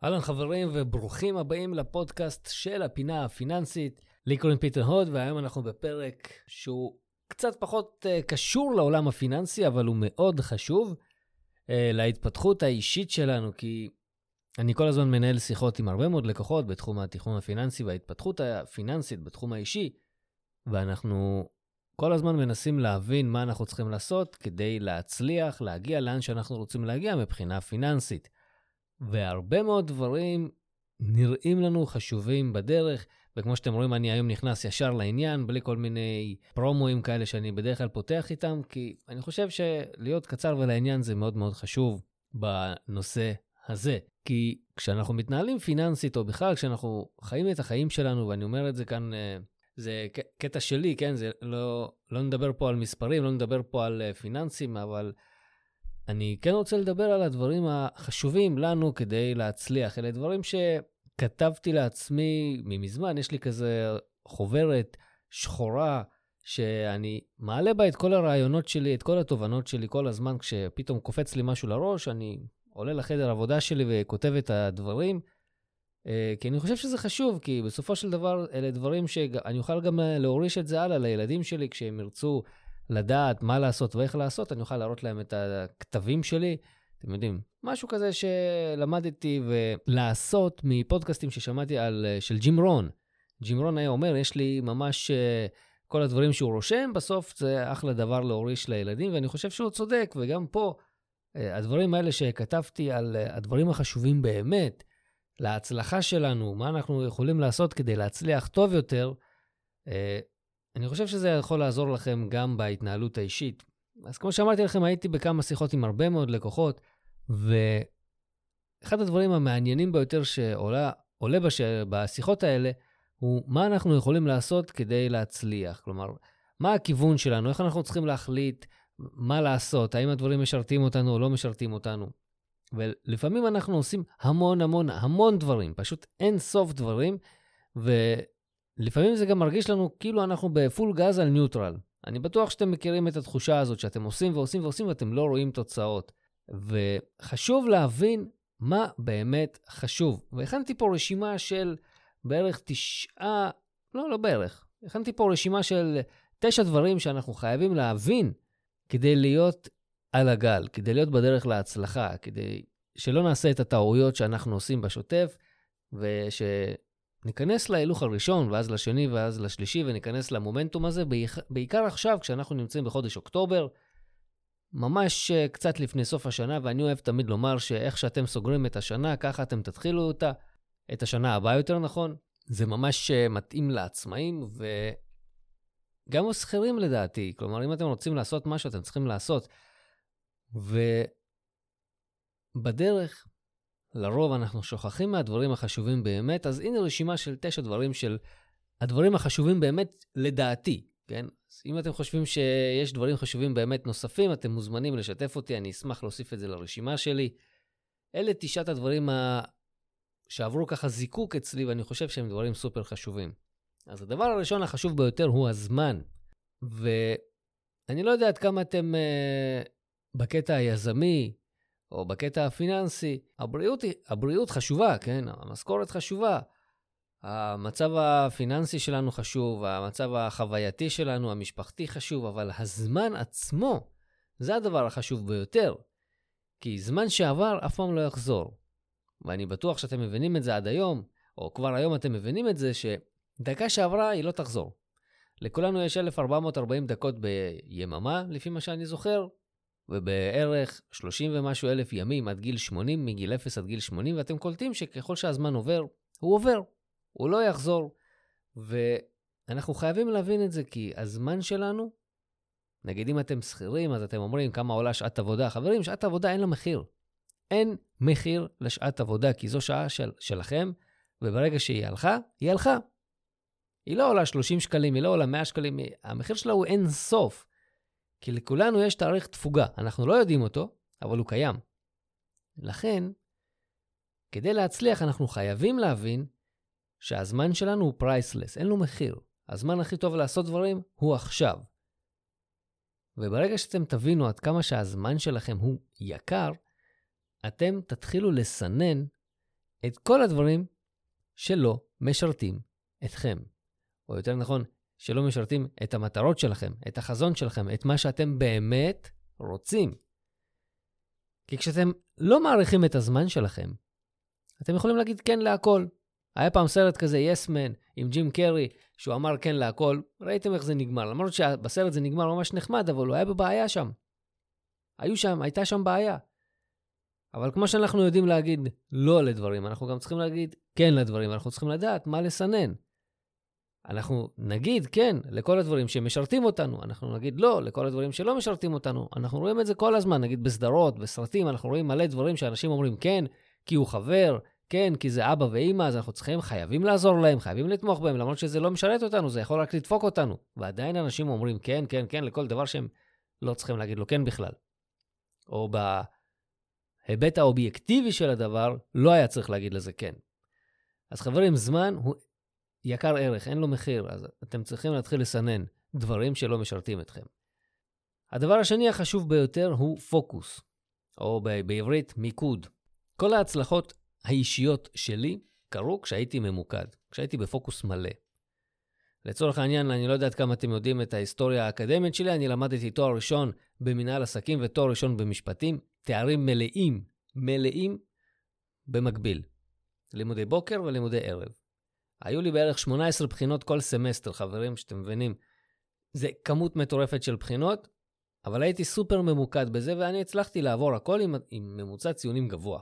אהלן חברים וברוכים הבאים לפודקאסט של הפינה הפיננסית. לי קוראים פיטר הוד והיום אנחנו בפרק שהוא קצת פחות קשור לעולם הפיננסי, אבל הוא מאוד חשוב להתפתחות האישית שלנו, כי אני כל הזמן מנהל שיחות עם הרבה מאוד לקוחות בתחום התכנון הפיננסי וההתפתחות הפיננסית בתחום האישי, ואנחנו כל הזמן מנסים להבין מה אנחנו צריכים לעשות כדי להצליח, להגיע לאן שאנחנו רוצים להגיע מבחינה פיננסית. והרבה מאוד דברים נראים לנו חשובים בדרך, וכמו שאתם רואים אני היום נכנס ישר לעניין, בלי כל מיני פרומואים כאלה שאני בדרך כלל פותח איתם, כי אני חושב שלהיות קצר ולעניין זה מאוד מאוד חשוב בנושא הזה. כי כשאנחנו מתנהלים פיננסית, או בכלל כשאנחנו חיים את החיים שלנו, ואני אומר את זה כאן, זה קטע שלי, כן? זה לא נדבר פה על מספרים, לא נדבר פה על פיננסים, אבל אני כן רוצה לדבר על הדברים החשובים לנו כדי להצליח. אלה דברים שכתבתי לעצמי ממזמן, יש לי כזה חוברת שחורה שאני מעלה בה את כל הרעיונות שלי, את כל התובנות שלי כל הזמן. כשפתאום קופץ לי משהו לראש, אני עולה לחדר עבודה שלי וכותב את הדברים, כי אני חושב שזה חשוב, כי בסופו של דבר אלה דברים שאני אוכל גם להוריש את זה הלאה לילדים שלי כשהם ירצו לדעת מה לעשות ואיך לעשות, אני אוכל להראות להם את הכתבים שלי, אתם יודעים, משהו כזה שלמדתי ולעשות מפודקאסטים ששמעתי של ג'ים רון. ג'ים רון היה אומר, יש לי ממש כל הדברים שהוא רושם, בסוף זה אחלה דבר להוריש לילדים, ואני חושב שהוא צודק, וגם פה, הדברים האלה שכתבתי על הדברים החשובים באמת, להצלחה שלנו, מה אנחנו יכולים לעשות כדי להצליח טוב יותר, אני חושב שזה יכול לעזור לכם גם בהתנהלות האישית. אז כמו שאמרתי לכם, הייתי בכמה שיחות עם הרבה מאוד לקוחות, ואחד הדברים המעניינים ביותר שעולה בשיחות האלה, הוא מה אנחנו יכולים לעשות כדי להצליח. כלומר, מה הכיוון שלנו, איך אנחנו צריכים להחליט מה לעשות, האם הדברים משרתים אותנו או לא משרתים אותנו. ולפעמים אנחנו עושים המון דברים, פשוט אין סוף דברים, לפעמים זה גם מרגיש לנו כאילו אנחנו בפול גז על ניוטרל. אני בטוח שאתם מכירים את התחושה הזאת שאתם עושים ואתם לא רואים תוצאות. וחשוב להבין מה באמת חשוב. והכנתי פה רשימה של בערך 9 דברים שאנחנו חייבים להבין כדי להיות על הגל, כדי להיות בדרך להצלחה, כדי שלא נעשה את הטעויות שאנחנו עושים בשוטף, ניכנס להילוך הראשון, ואז לשני, ואז לשלישי, וניכנס למומנטום הזה, בעיקר עכשיו, כשאנחנו נמצאים בחודש אוקטובר, ממש קצת לפני סוף השנה, ואני אוהב תמיד לומר שאיך שאתם סוגרים את השנה, ככה אתם תתחילו אותה, את השנה הבאה יותר נכון. זה ממש מתאים לעצמאים, וגם הסחירים לדעתי. כלומר, אם אתם רוצים לעשות משהו, אתם צריכים לעשות. ובדרך, לרוב אנחנו שוכחים מהדברים החשובים באמת, אז הנה רשימה של 9 דברים של הדברים החשובים באמת לדעתי, כן? אז אם אתם חושבים שיש דברים חשובים באמת נוספים, אתם מוזמנים לשתף אותי, אני אשמח להוסיף את זה לרשימה שלי. אלה 9 הדברים שעברו ככה זיקוק אצלי, ואני חושב שהם דברים סופר חשובים. אז הדבר הראשון החשוב ביותר הוא הזמן, ואני לא יודע עד כמה אתם בקטע היזמי, או בקטע הפיננסי, הבריאות חשובה, כן? המשכורת חשובה, המצב הפיננסי שלנו חשוב, המצב החווייתי שלנו, המשפחתי חשוב, אבל הזמן עצמו, זה הדבר החשוב ביותר, כי זמן שעבר אף פעם לא יחזור. ואני בטוח שאתם מבינים את זה עד היום, או כבר היום אתם מבינים את זה, שדקה שעברה היא לא תחזור. לכולנו יש 1440 דקות ביממה, לפי מה שאני זוכר, ובערך 30 ומשהו אלף ימים עד גיל 80, מגיל 0 עד גיל 80, ואתם קולטים שככל שהזמן עובר, הוא עובר, הוא לא יחזור. ואנחנו חייבים להבין את זה, כי הזמן שלנו, נגיד אם אתם שכירים, אז אתם אומרים כמה עולה שעת עבודה. חברים, שעת עבודה אין לה מחיר. אין מחיר לשעת עבודה, כי זו שעה שלכם, וברגע שהיא הלכה, היא הלכה. היא לא עולה 30 שקלים, היא לא עולה 100 שקלים, המחיר שלה הוא אין סוף. כי לכולנו יש תאריך תפוגה, אנחנו לא יודעים אותו, אבל הוא קיים. לכן, כדי להצליח אנחנו חייבים להבין שהזמן שלנו הוא פרייסלס, אין לו מחיר. הזמן הכי טוב לעשות דברים הוא עכשיו. וברגע שאתם תבינו עד כמה שהזמן שלכם הוא יקר, אתם תתחילו לסנן את כל הדברים שלא משרתים אתכם. או יותר נכון, שלא משרתים את המטרות שלכם, את החזון שלכם, את מה שאתם באמת רוצים. כי כשאתם לא מעריכים את הזמן שלכם, אתם יכולים להגיד כן להכל. היה פעם סרט כזה, Yes Man, עם ג'ים קרי, שהוא אמר כן להכל. ראיתם איך זה נגמר. למרות שבסרט זה נגמר ממש נחמד, אבל הוא היה בבעיה שם. הייתה שם בעיה. אבל כמו שאנחנו יודעים להגיד לא לדברים, אנחנו גם צריכים להגיד כן לדברים. אנחנו צריכים לדעת מה לסנן. אנחנו נגיד כן לכל הדברים שמשרתים אותנו. אנחנו נגיד לא לכל הדברים שלא משרתים אותנו. אנחנו רואים את זה כל הזמן. נגיד בסדרות, בסרטים, אנחנו רואים מלא דברים שאנשים אומרים כן, כי הוא חבר, כן, כי זה אבא ואמא, אז אנחנו חייבים לעזור להם, חייבים לתמוך בהם, למרות שזה לא משרת אותנו, זה יכול רק לדפוק אותנו. ועדיין אנשים אומרים כן, כן, כן, לכל דבר שהם לא צריכים להגיד לו כן בכלל. או בהיבט האובייקטיבי של הדבר, לא היה צריך להגיד לזה כן. אז חברים, זמן הוא יקר ערך, אין לו מחיר, אז אתם צריכים להתחיל לסנן דברים שלא משרתים אתכם. הדבר השני החשוב ביותר הוא פוקוס, או בעברית מיקוד. כל ההצלחות האישיות שלי קרו כשהייתי ממוקד, כשהייתי בפוקוס מלא. לצורך העניין, אני לא יודעת כמה אתם יודעים את ההיסטוריה האקדמית שלי, אני למדתי תואר ראשון במנהל עסקים ותואר ראשון במשפטים, תארים מלאים במקביל. לימודי בוקר ולימודי ערב. היו לי בערך 18 בחינות כל סמסטר, חברים, שאתם מבינים. זה כמות מטורפת של בחינות, אבל הייתי סופר ממוקד בזה, ואני הצלחתי לעבור הכל עם ממוצע ציונים גבוה.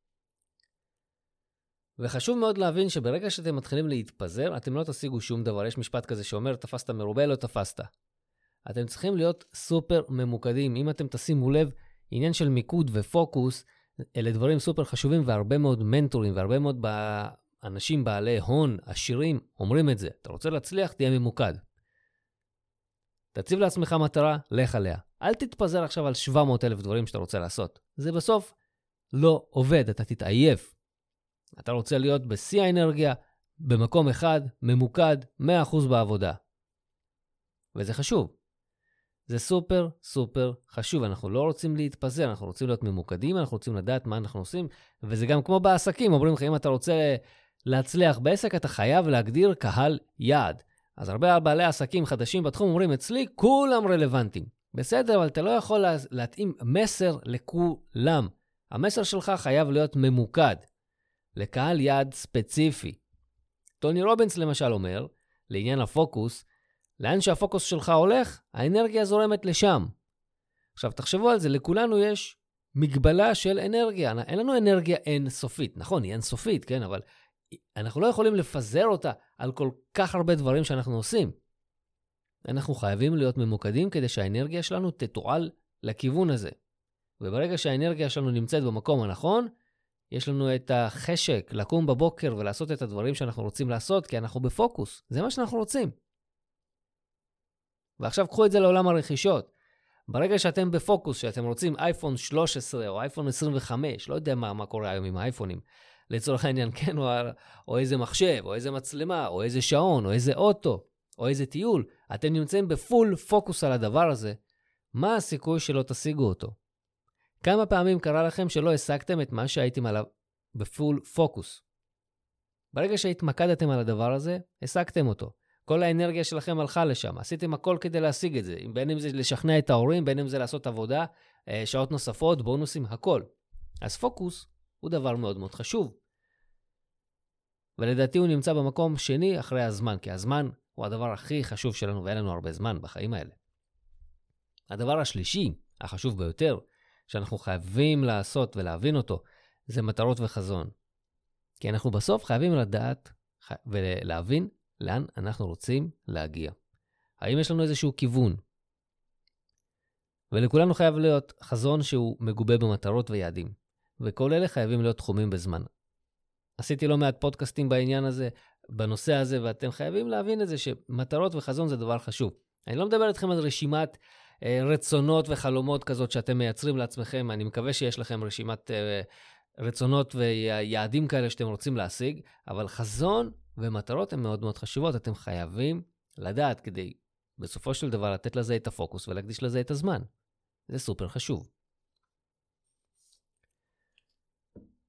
וחשוב מאוד להבין שברגע שאתם מתחילים להתפזר, אתם לא תשיגו שום דבר. יש משפט כזה שאומר, תפסת מרובה, לא תפסת. אתם צריכים להיות סופר ממוקדים. אם אתם תשימו לב, עניין של מיקוד ופוקוס, אלה דברים סופר חשובים, והרבה מאוד מנטורים, והרבה מאוד אנשים בעלי הון, עשירים, אומרים את זה. אתה רוצה להצליח, תהיה ממוקד. תציב לעצמך מטרה, לך עליה. אל תתפזר עכשיו על 700,000 דברים שאתה רוצה לעשות. זה בסוף לא עובד, אתה תתעייף. אתה רוצה להיות בשיא האנרגיה, במקום אחד, ממוקד, 100% בעבודה. וזה חשוב. זה סופר סופר חשוב. אנחנו לא רוצים להתפזר, אנחנו רוצים להיות ממוקדים, אנחנו רוצים לדעת מה אנחנו עושים, וזה גם כמו בעסקים, אומרים לך, אם אתה רוצה להצליח בעסק, אתה חייב להגדיר קהל יעד. אז הרבה בעלי עסקים חדשים בתחום אומרים, אצלי כולם רלוונטיים. בסדר, אבל אתה לא יכול להתאים מסר לכולם. המסר שלך חייב להיות ממוקד. לקהל יעד ספציפי. טוני רובינס למשל אומר, לעניין הפוקוס, לאן שהפוקוס שלך הולך, האנרגיה זורמת לשם. עכשיו תחשבו על זה, לכולנו יש מגבלה של אנרגיה. אין לנו אנרגיה אינסופית. נכון, היא אינסופית, כן, אבל אנחנו לא יכולים לפזר אותה על כל כך הרבה דברים שאנחנו עושים. אנחנו חייבים להיות ממוקדים כדי שהאנרגיה שלנו תתועל לכיוון הזה. וברגע שהאנרגיה שלנו נמצאת במקום הנכון, יש לנו את החשק לקום בבוקר ולעשות את הדברים שאנחנו רוצים לעשות, כי אנחנו בפוקוס. זה מה שאנחנו רוצים. ועכשיו קחו את זה לעולם הרכישות. ברגע שאתם בפוקוס, שאתם רוצים אייפון 13 או אייפון 25, לא יודע מה קורה היום עם האייפונים, לצורך העניין, כן, או איזה מחשב, או איזה מצלמה, או איזה שעון, או איזה אוטו, או איזה טיול, אתם נמצאים בפול פוקוס על הדבר הזה, מה הסיכוי שלא תשיגו אותו? כמה פעמים קרה לכם שלא השגתם את מה שהייתם עליו בפול פוקוס? ברגע שהתמקדתם על הדבר הזה, השגתם אותו. כל האנרגיה שלכם הלכה לשם. עשיתם הכל כדי להשיג את זה. בין אם זה לשכנע את ההורים, בין אם זה לעשות עבודה, שעות נוספות, בונוסים, הכל. אז פוקוס הוא דבר מאוד מאוד חשוב. ולדעתי הוא נמצא במקום שני אחרי הזמן, כי הזמן הוא הדבר הכי חשוב שלנו, ואין לנו הרבה זמן בחיים האלה. הדבר השלישי, החשוב ביותר, שאנחנו חייבים לעשות ולהבין אותו, זה מטרות וחזון. כי אנחנו בסוף חייבים לדעת ולהבין לאן אנחנו רוצים להגיע. האם יש לנו איזשהו כיוון? ולכולנו חייב להיות חזון שהוא מגובה במטרות ויעדים. וכל אלה חייבים להיות תחומים בזמן. עשיתי לא מעט פודקאסטים בעניין הזה, בנושא הזה, ואתם חייבים להבין את זה שמטרות וחזון זה דבר חשוב. אני לא מדבר איתכם על רשימת רצונות וחלומות כזאת שאתם מייצרים לעצמכם. אני מקווה שיש לכם רשימת רצונות ויעדים כאלה שאתם רוצים להשיג, אבל חזון ומטרות הן מאוד מאוד חשובות. אתם חייבים לדעת כדי בסופו של דבר לתת לזה את הפוקוס ולהקדיש לזה את הזמן. זה סופר חשוב.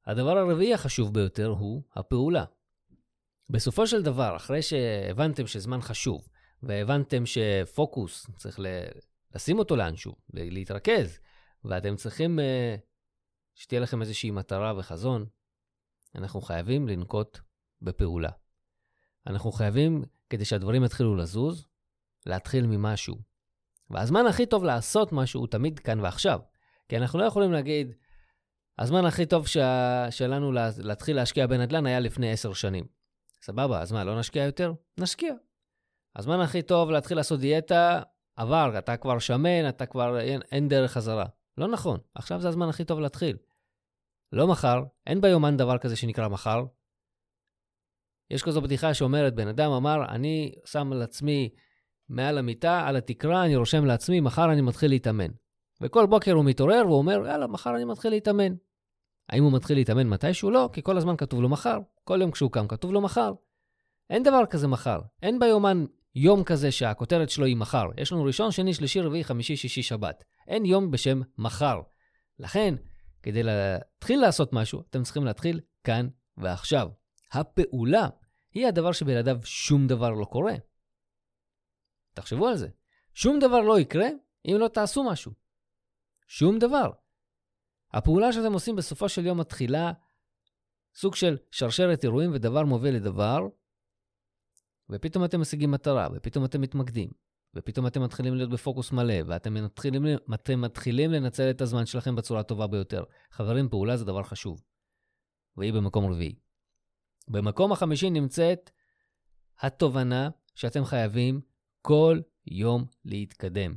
הדבר הרביעי החשוב ביותר הוא הפעולה. בסופו של דבר, אחרי שהבנתם שזמן חשוב, והבנתם שפוקוס צריך לשים אותו לאנשהו, להתרכז, ואתם צריכים שתהיה לכם איזושהי מטרה וחזון, אנחנו חייבים לנקוט בפעולה. אנחנו חייבים, כדי שהדברים יתחילו לזוז, להתחיל ממשהו. והזמן הכי טוב לעשות משהו הוא תמיד כאן ועכשיו. כי אנחנו לא יכולים להגיד, הזמן הכי טוב שלנו להתחיל להשקיע בנדל"ן היה לפני 10 שנים. סבבה, אז מה, לא נשקיע יותר? נשקיע. הזמן הכי טוב להתחיל לעשות דיאטה, עבר, אתה כבר שמן, אתה כבר אין דרך חזרה. לא נכון, עכשיו זה הזמן הכי טוב להתחיל. לא מחר, אין ביומן דבר כזה שנקרא מחר. יש כזו בדיחה שאומרת, בן אדם אמר, אני שם על עצמי מעל המיטה, על התקרה, אני רושם לעצמי, מחר אני מתחיל להתאמן. וכל בוקר הוא מתעורר והוא אומר, יאללה, מחר אני מתחיל להתאמן. האם הוא מתחיל להתאמן מתישהו? לא, כי כל הזמן כתוב לו מחר. כל יום כשהוא קם כתוב לו מחר. אין דבר כזה מחר. אין ביומן יום כזה שהכותרת שלו היא מחר. יש לנו ראשון, שני, שלישי, רביעי, חמישי, שישי, שבת. אין יום בשם מחר. לכן, כדי להתחיל לעשות משהו, אתם צריכים להתחיל כאן ועכשיו. הפעולה היא הדבר שבלעדיו שום דבר לא קורה. תחשבו על זה. שום דבר לא יקרה אם לא תעשו משהו. שום דבר. הפעולה שאתם עושים בסופו של יום מתחילה סוג של שרשרת אירועים ודבר מוביל לדבר, ופתאום אתם משיגים מטרה, ופתאום אתם מתמקדים, ופתאום אתם מתחילים להיות בפוקוס מלא, ואתם מתחילים לנצל את הזמן שלכם בצורה הטובה ביותר. חברים, פעולה זה דבר חשוב. והיא במקום רביעי. במקום החמישי נמצאת התובנה שאתם חייבים כל יום להתקדם.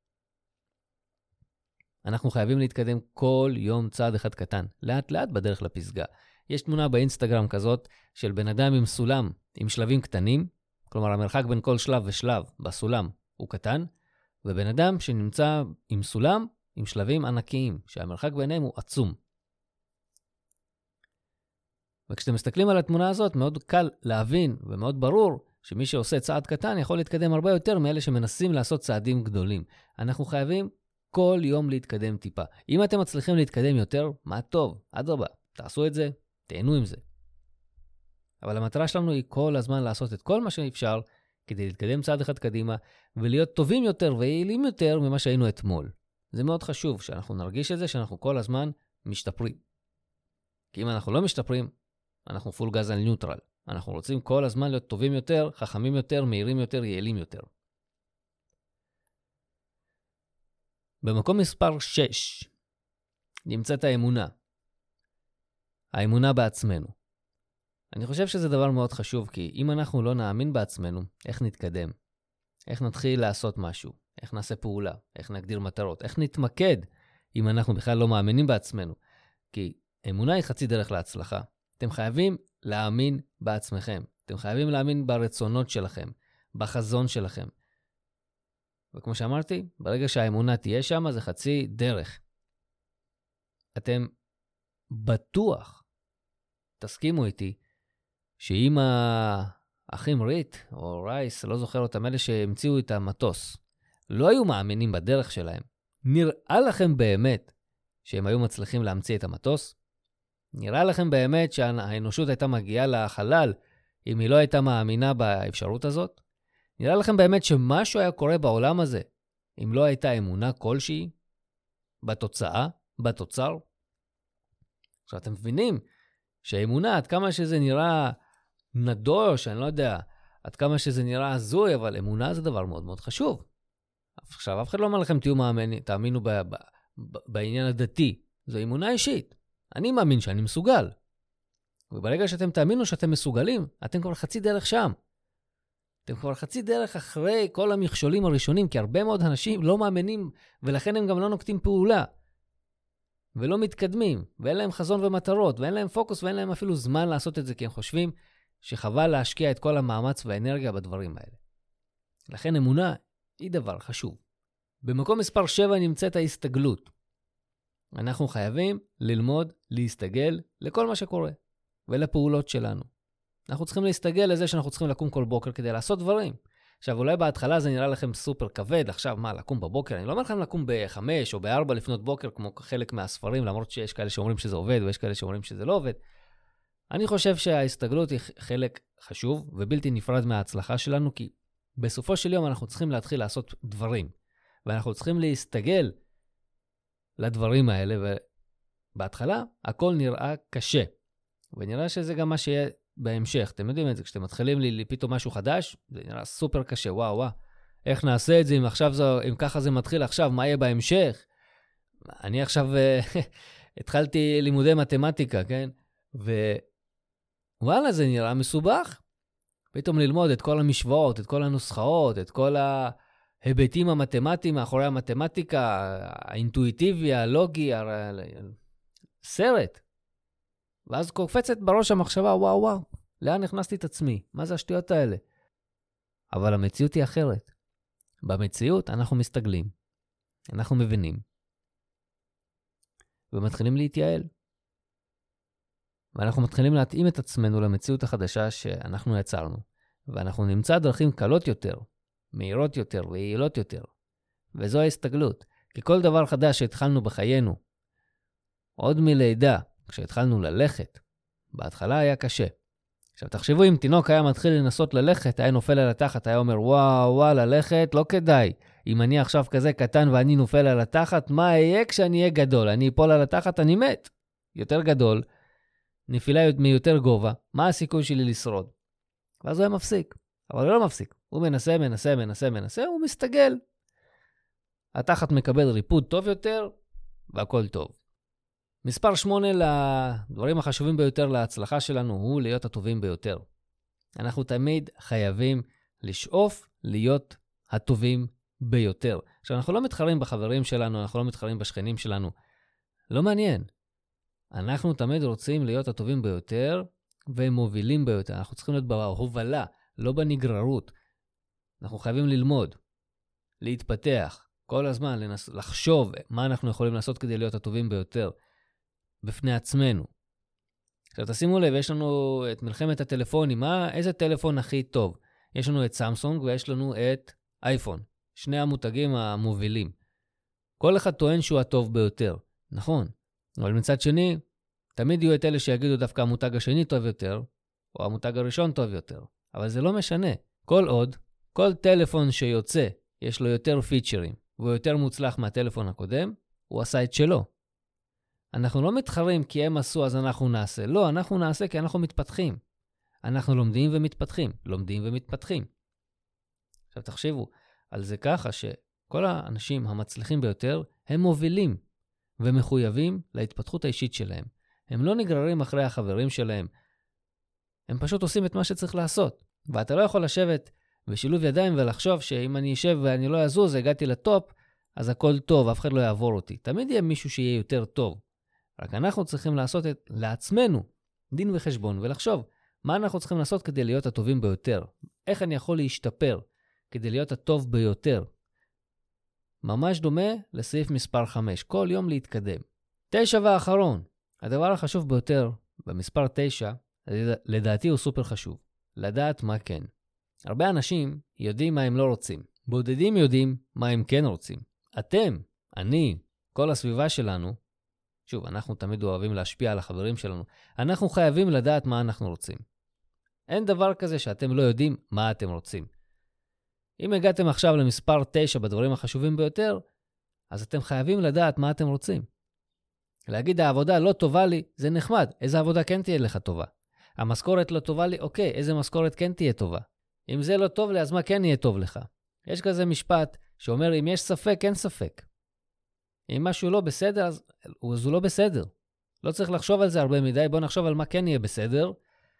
אנחנו חייבים להתקדם כל יום צעד אחד קטן, לאט לאט בדרך לפסגה. יש תמונה באינסטגרם כזאת של בן אדם עם סולם, עם שלבים קטנים, כלומר המרחק בין כל שלב ושלב בסולם הוא קטן, ובן אדם שנמצא עם סולם עם שלבים ענקיים, שהמרחק ביניהם הוא עצום. וכשאתם מסתכלים על התמונה הזאת, מאוד קל להבין ומאוד ברור שמי שעושה צעד קטן יכול להתקדם הרבה יותר מאלה שמנסים לעשות צעדים גדולים. אנחנו חייבים כל יום להתקדם טיפה. אם אתם מצליחים להתקדם יותר, מה טוב, אדרבה, תעשו את זה, תהנו עם זה. אבל המטרה שלנו היא כל הזמן לעשות את כל מה שאפשר כדי להתקדם צעד אחד קדימה ולהיות טובים יותר ויעילים יותר ממה שהיינו אתמול. זה מאוד חשוב שאנחנו נרגיש את זה, שאנחנו כל הזמן משתפרים. כי אם אנחנו לא משתפרים, אנחנו פול גז על ניוטרל. אנחנו רוצים כל הזמן להיות טובים יותר, חכמים יותר, מהירים יותר, יעילים יותר. במקום מספר 6 נמצאת האמונה. האמונה בעצמנו. אני חושב שזה דבר מאוד חשוב, כי אם אנחנו לא נאמין בעצמנו, איך נתקדם? איך נתחיל לעשות משהו? איך נעשה פעולה? איך נגדיר מטרות? איך נתמקד אם אנחנו בכלל לא מאמינים בעצמנו? כי אמונה היא חצי דרך להצלחה. אתם חייבים להאמין בעצמכם. אתם חייבים להאמין ברצונות שלכם, בחזון שלכם. וכמו שאמרתי, ברגע שהאמונה תהיה שם, זה חצי דרך. אתם בטוח, תסכימו איתי, שאם האחים ריט או רייס, לא זוכר אותם, אלה שהמציאו את המטוס, לא היו מאמינים בדרך שלהם, נראה לכם באמת שהם היו מצליחים להמציא את המטוס? נראה לכם באמת שהאנושות הייתה מגיעה לחלל אם היא לא הייתה מאמינה באפשרות הזאת? נראה לכם באמת שמשהו היה קורה בעולם הזה אם לא הייתה אמונה כלשהי בתוצאה, בתוצר? עכשיו אתם מבינים שהאמונה, עד כמה שזה נראה נדוש, אני לא יודע, עד כמה שזה נראה הזוי, אבל אמונה זה דבר מאוד מאוד חשוב. עכשיו, אף אחד לא אומר לכם תאמינו בעניין הדתי. זו אמונה אישית. אני מאמין שאני מסוגל. וברגע שאתם תאמינו שאתם מסוגלים, אתם כבר חצי דרך שם. אתם כבר חצי דרך אחרי כל המכשולים הראשונים, כי הרבה מאוד אנשים לא מאמינים, ולכן הם גם לא נוקטים פעולה. ולא מתקדמים, ואין להם חזון ומטרות, ואין להם פוקוס, ואין להם אפילו זמן לעשות את זה, כי הם חושבים שחבל להשקיע את כל המאמץ והאנרגיה בדברים האלה. לכן אמונה היא דבר חשוב. במקום מספר 7 נמצאת ההסתגלות. אנחנו חייבים ללמוד להסתגל לכל מה שקורה, ולפעולות שלנו. אנחנו צריכים להסתגל לזה שאנחנו צריכים לקום כל בוקר כדי לעשות דברים. עכשיו, אולי בהתחלה זה נראה לכם סופר כבד, עכשיו מה, לקום בבוקר? אני לא אומר לכם לקום ב-5 או ב-4 לפנות בוקר, כמו חלק מהספרים, למרות שיש כאלה שאומרים שזה עובד, ויש כאלה שאומרים שזה לא עובד. אני חושב שההסתגלות היא חלק חשוב, ובלתי נפרד מההצלחה שלנו, כי בסופו של יום אנחנו צריכים להתחיל לעשות דברים, ואנחנו צריכים להסתגל לדברים האלה, ובהתחלה הכל נראה קשה, ונראה שזה גם מה שיהיה בהמשך. אתם יודעים את זה, כשאתם מתחילים לי פתאום משהו חדש, זה נראה סופר קשה, וואו, איך נעשה את זה, אם ככה זה מתחיל עכשיו, מה יהיה בהמשך? אני עכשיו התחלתי לימודי מתמטיקה, כן? ווואלה, זה נראה מסובך. פתאום ללמוד את כל המשוואות, את כל הנוסחאות, את כל ההיבטים המתמטיים מאחורי המתמטיקה, האינטואיטיבי, הלוגי, סרט. ואז קופצת בראש המחשבה, וואו, לאן הכנסתי את עצמי? מה זה השטויות האלה? אבל המציאות היא אחרת. במציאות אנחנו מסתגלים, אנחנו מבינים, ומתחילים להתייעל. ואנחנו מתחילים להתאים את עצמנו למציאות החדשה שאנחנו יצרנו. ואנחנו נמצא דרכים קלות יותר, מהירות יותר ויעילות יותר. וזו ההסתגלות. כי כל דבר חדש שהתחלנו בחיינו, עוד מלידה, כשהתחלנו ללכת, בהתחלה היה קשה. עכשיו תחשבו, אם תינוק היה מתחיל לנסות ללכת, היה נופל על התחת, היה אומר, וואו, ללכת לא כדאי. אם אני עכשיו כזה קטן ואני נופל על התחת, מה יהיה כשאני אהיה גדול? אני אפול על התחת, אני מת. יותר גדול, נפילה מיותר גובה, מה הסיכוי שלי לשרוד? ואז הוא היה מפסיק. אבל הוא לא מפסיק. הוא מנסה, הוא מסתגל. התחת מקבל ריפוד טוב יותר, והכל טוב. מספר 8 לדברים החשובים ביותר להצלחה שלנו הוא להיות הטובים ביותר. אנחנו תמיד חייבים לשאוף להיות הטובים ביותר. עכשיו, אנחנו לא מתחרים בחברים שלנו, אנחנו לא מתחרים בשכנים שלנו. לא מעניין. אנחנו תמיד רוצים להיות הטובים ביותר ומובילים ביותר. אנחנו צריכים להיות בהובלה, לא בנגררות. אנחנו חייבים ללמוד, להתפתח, כל הזמן לחשוב מה אנחנו יכולים לעשות כדי להיות הטובים ביותר בפני עצמנו. עכשיו תשימו לב, יש לנו את מלחמת הטלפונים. איזה טלפון הכי טוב? יש לנו את סמסונג ויש לנו את אייפון. שני המותגים המובילים. כל אחד טוען שהוא הטוב ביותר. נכון. אבל מצד שני, תמיד יהיו את אלה שיגידו דווקא המותג השני טוב יותר, או המותג הראשון טוב יותר. אבל זה לא משנה. כל עוד, כל טלפון שיוצא, יש לו יותר פיצ'רים, והוא יותר מוצלח מהטלפון הקודם, הוא עשה את שלו. אנחנו לא מתחרים כי הם עשו אז אנחנו נעשה. לא, אנחנו נעשה כי אנחנו מתפתחים. אנחנו לומדים ומתפתחים. עכשיו תחשבו על זה ככה שכל האנשים המצליחים ביותר, הם מובילים ומחויבים להתפתחות האישית שלהם. הם לא נגררים אחרי החברים שלהם. הם פשוט עושים את מה שצריך לעשות. ואתה לא יכול לשבת בשילוב ידיים ולחשוב שאם אני אשב ואני לא אזוז, הגעתי לטופ, אז הכל טוב, אף אחד לא יעבור אותי. תמיד יהיה מישהו שיהיה יותר טוב. רק אנחנו צריכים לעשות לעצמנו דין וחשבון ולחשוב מה אנחנו צריכים לעשות כדי להיות הטובים ביותר. איך אני יכול להשתפר כדי להיות הטוב ביותר. ממש דומה לסעיף מספר 5. כל יום להתקדם. 9 ואחרון. הדבר החשוב ביותר במספר 9, לדעתי הוא סופר חשוב. לדעת מה כן. הרבה אנשים יודעים מה הם לא רוצים. בודדים יודעים מה הם כן רוצים. אתם, אני, כל הסביבה שלנו, שוב, אנחנו תמיד אוהבים להשפיע על החברים שלנו. אנחנו חייבים לדעת מה אנחנו רוצים. אין דבר כזה שאתם לא יודעים מה אתם רוצים. אם הגעתם עכשיו למספר 9 בדברים החשובים ביותר, אז אתם חייבים לדעת מה אתם רוצים. להגיד העבודה לא טובה לי, זה נחמד. איזה עבודה כן תהיה לך טובה? המשכורת לא טובה לי, אוקיי, איזה משכורת כן תהיה טובה? אם זה לא טוב לי, אז מה כן יהיה טוב לך? יש כזה משפט שאומר, אם יש ספק, אין ספק. אם משהו לא בסדר, אז הוא לא בסדר. לא צריך לחשוב על זה הרבה מדי, בוא נחשוב על מה כן יהיה בסדר,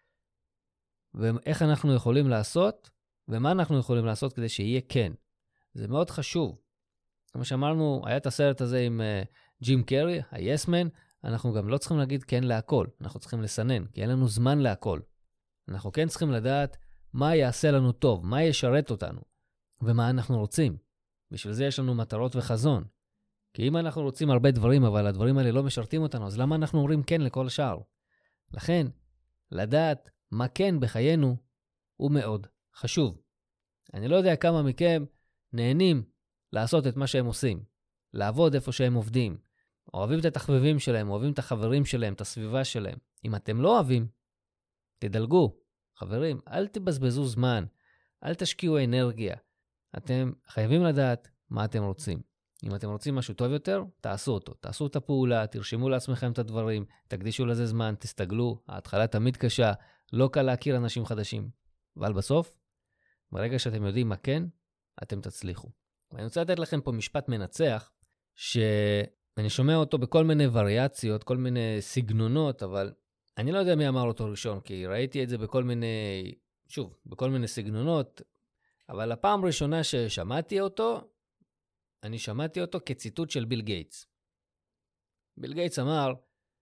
ואיך אנחנו יכולים לעשות, ומה אנחנו יכולים לעשות כדי שיהיה כן. זה מאוד חשוב. כמו שאמרנו, היה את הסרט הזה עם ג'ים קרי, ה-Yes Man, אנחנו גם לא צריכים להגיד כן להכל, אנחנו צריכים לסנן, כי אין לנו זמן להכל. אנחנו כן צריכים לדעת מה יעשה לנו טוב, מה ישרת אותנו, ומה אנחנו רוצים. בשביל זה יש לנו מטרות וחזון. כי אם אנחנו רוצים הרבה דברים, אבל הדברים האלה לא משרתים אותנו, אז למה אנחנו אומרים כן לכל השאר? לכן, לדעת מה כן בחיינו הוא מאוד חשוב. אני לא יודע כמה מכם נהנים לעשות את מה שהם עושים, לעבוד איפה שהם עובדים, אוהבים את התחביבים שלהם, אוהבים את החברים שלהם, את הסביבה שלהם. אם אתם לא אוהבים, תדלגו. חברים, אל תבזבזו זמן, אל תשקיעו אנרגיה. אתם חייבים לדעת מה אתם רוצים. אם אתם רוצים משהו טוב יותר, תעשו אותו. תעשו את הפעולה, תרשמו לעצמכם את הדברים, תקדישו לזה זמן, תסתגלו. ההתחלה תמיד קשה, לא קל להכיר אנשים חדשים. אבל בסוף, ברגע שאתם יודעים מה כן, אתם תצליחו. ואני רוצה לתת לכם פה משפט מנצח, שאני שומע אותו בכל מיני וריאציות, כל מיני סגנונות, אבל אני לא יודע מי אמר אותו ראשון, כי ראיתי את זה בכל מיני סגנונות, אבל הפעם ראשונה ששמעתי אותו, אני שמעתי אותו כציטוט של ביל גייטס. ביל גייטס אמר,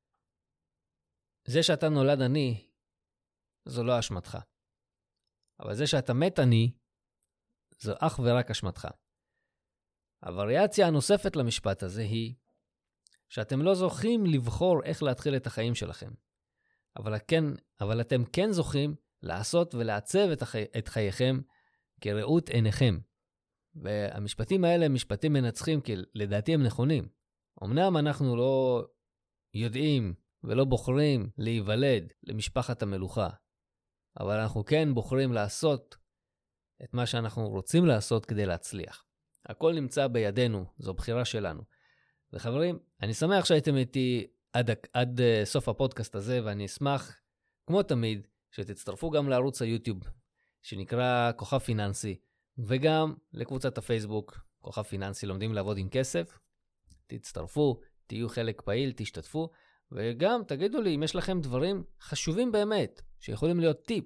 זה שאתה נולד עני, זו לא אשמתך. אבל זה שאתה מת עני, זו אך ורק אשמתך. הווריאציה הנוספת למשפט הזה היא, שאתם לא זוכים לבחור איך להתחיל את החיים שלכם. אבל אתם כן זוכים לעשות ולעצב את חייכם כראות עיניכם. והמשפטים האלה הם משפטים מנצחים, כי לדעתי הם נכונים. אמנם אנחנו לא יודעים ולא בוחרים להיוולד למשפחת המלוכה, אבל אנחנו כן בוחרים לעשות את מה שאנחנו רוצים לעשות כדי להצליח. הכל נמצא בידינו, זו בחירה שלנו. וחברים, אני שמח שהייתם איתי עד סוף הפודקאסט הזה, ואני אשמח, כמו תמיד, שתצטרפו גם לערוץ היוטיוב, שנקרא כוכב פיננסי, וגם לקבוצת הפייסבוק, כוכב פיננסי, לומדים לעבוד עם כסף. תצטרפו, תהיו חלק פעיל, תשתתפו, וגם תגידו לי אם יש לכם דברים חשובים באמת, שיכולים להיות טיפ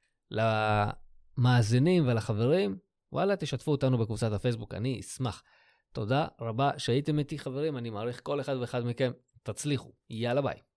למאזינים ולחברים, וואלה, תשתפו אותנו בקבוצת הפייסבוק, אני אשמח. תודה רבה שהייתם איתי חברים, אני מעריך כל אחד ואחד מכם, תצליחו, יאללה ביי.